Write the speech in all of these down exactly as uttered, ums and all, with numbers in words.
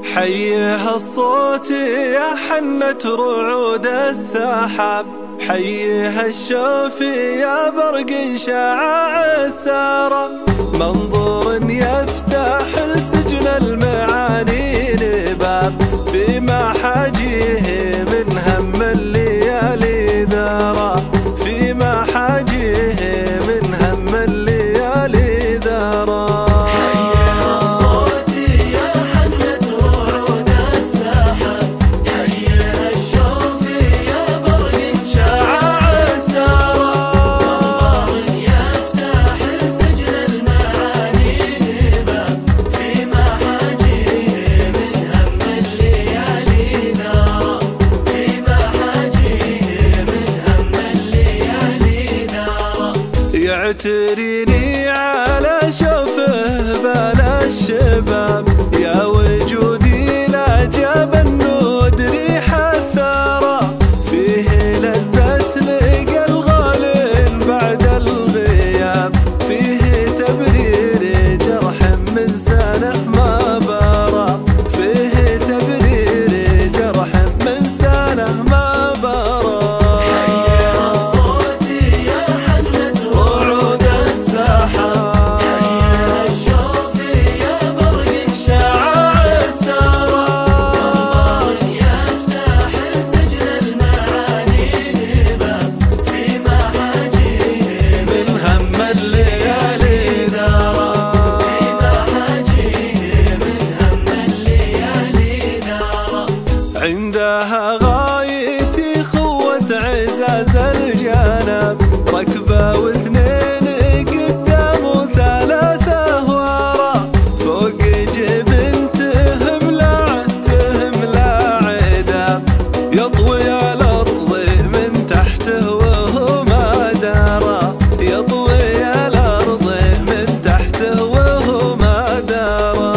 حيها الصوت يا حنة رعود السحاب، حيها الشوف يا برق شعاع السارة، منظور يفتح لسجن المعاني لباب، في محاجيه من هم الليالي ذرى، في محاجيه من هم الليالي ذرى. يعتريني على شوفه بال الشباب، يا وجودي لا جاب النود ريح الثرى، فيه لذة لقى الغالين بعد الغياب، فيه تبرير جرح من سنة ما برى، فيه تبرير جرح من سنة ما برى. عندها غايتي خوة عزاز الجنب، ركبة واثنين قدام وثلاثة ورا، فوق جبنتهم لاعتهم لا عداب، يطوي الأرض من تحته وهو ما درى، يطوي الأرض من تحته وهو ما درى.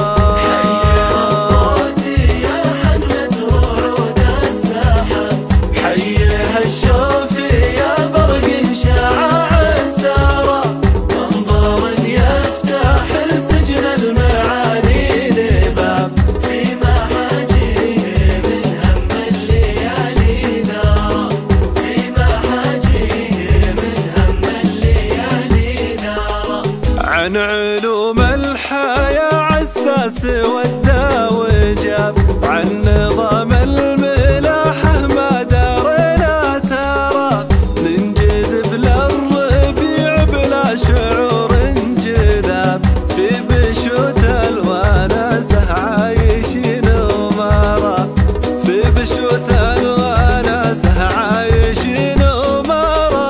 عن علوم الحياة عساس ودى وجاب، عن نظام الملاحة ما دارنا ترى، ننجذب للربيع بلا شعور انجذاب، في بشوت الوناسة عايشين ومرى، في بشوت الوناسة عايشين ومرى.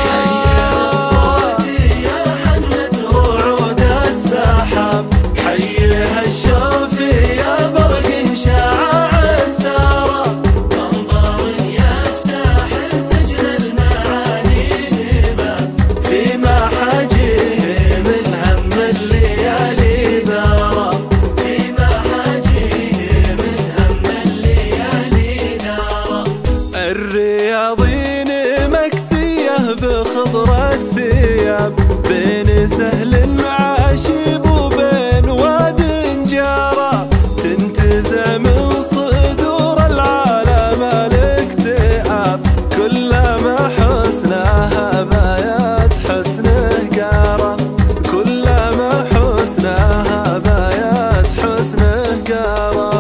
حيها الشوف يا برق شعاع السارة، منظر يفتح سجن المعاني لباب، في محاجيه من هم الليالي ذرى، في محاجيه من هم الليالي ذرى. الرياضين مكسية بخضر الثياب، بين سهل عاشب وبين واد جارة، تنتزع من صدور العالم الاكتئاب، كلما حسنها بايات حسنه قارة، كلما حسنها بايات حسنه قارة.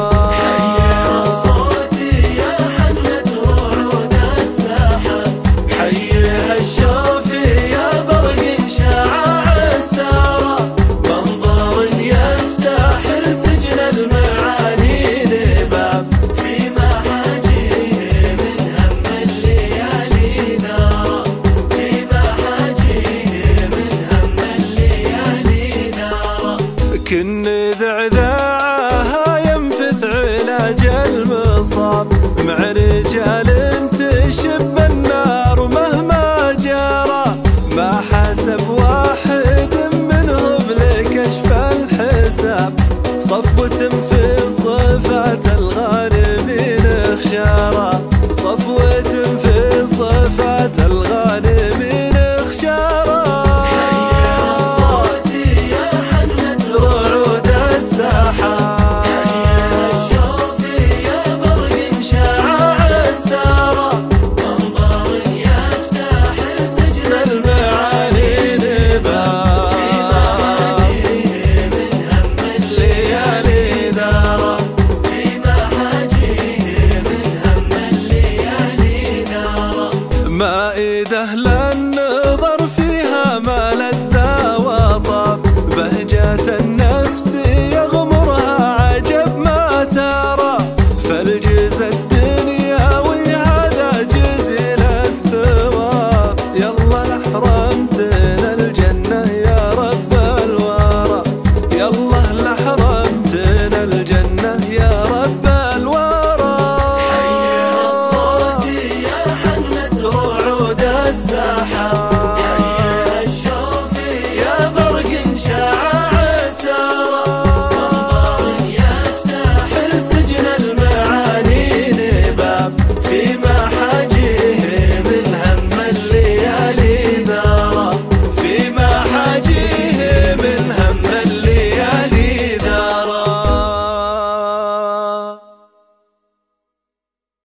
حيها الشوف يا برق شعاع السارة، منظر يفتح لسجن المعاني لباب، في محاجيه من هم الليالي ذرى، في محاجيه من هم الليالي ذرى. كن ذعذاعها ينفث علاج المصاب، مع رجال تشب النار مهما جرى، ما حسب واحد منهم لكشف الحساب، صفوة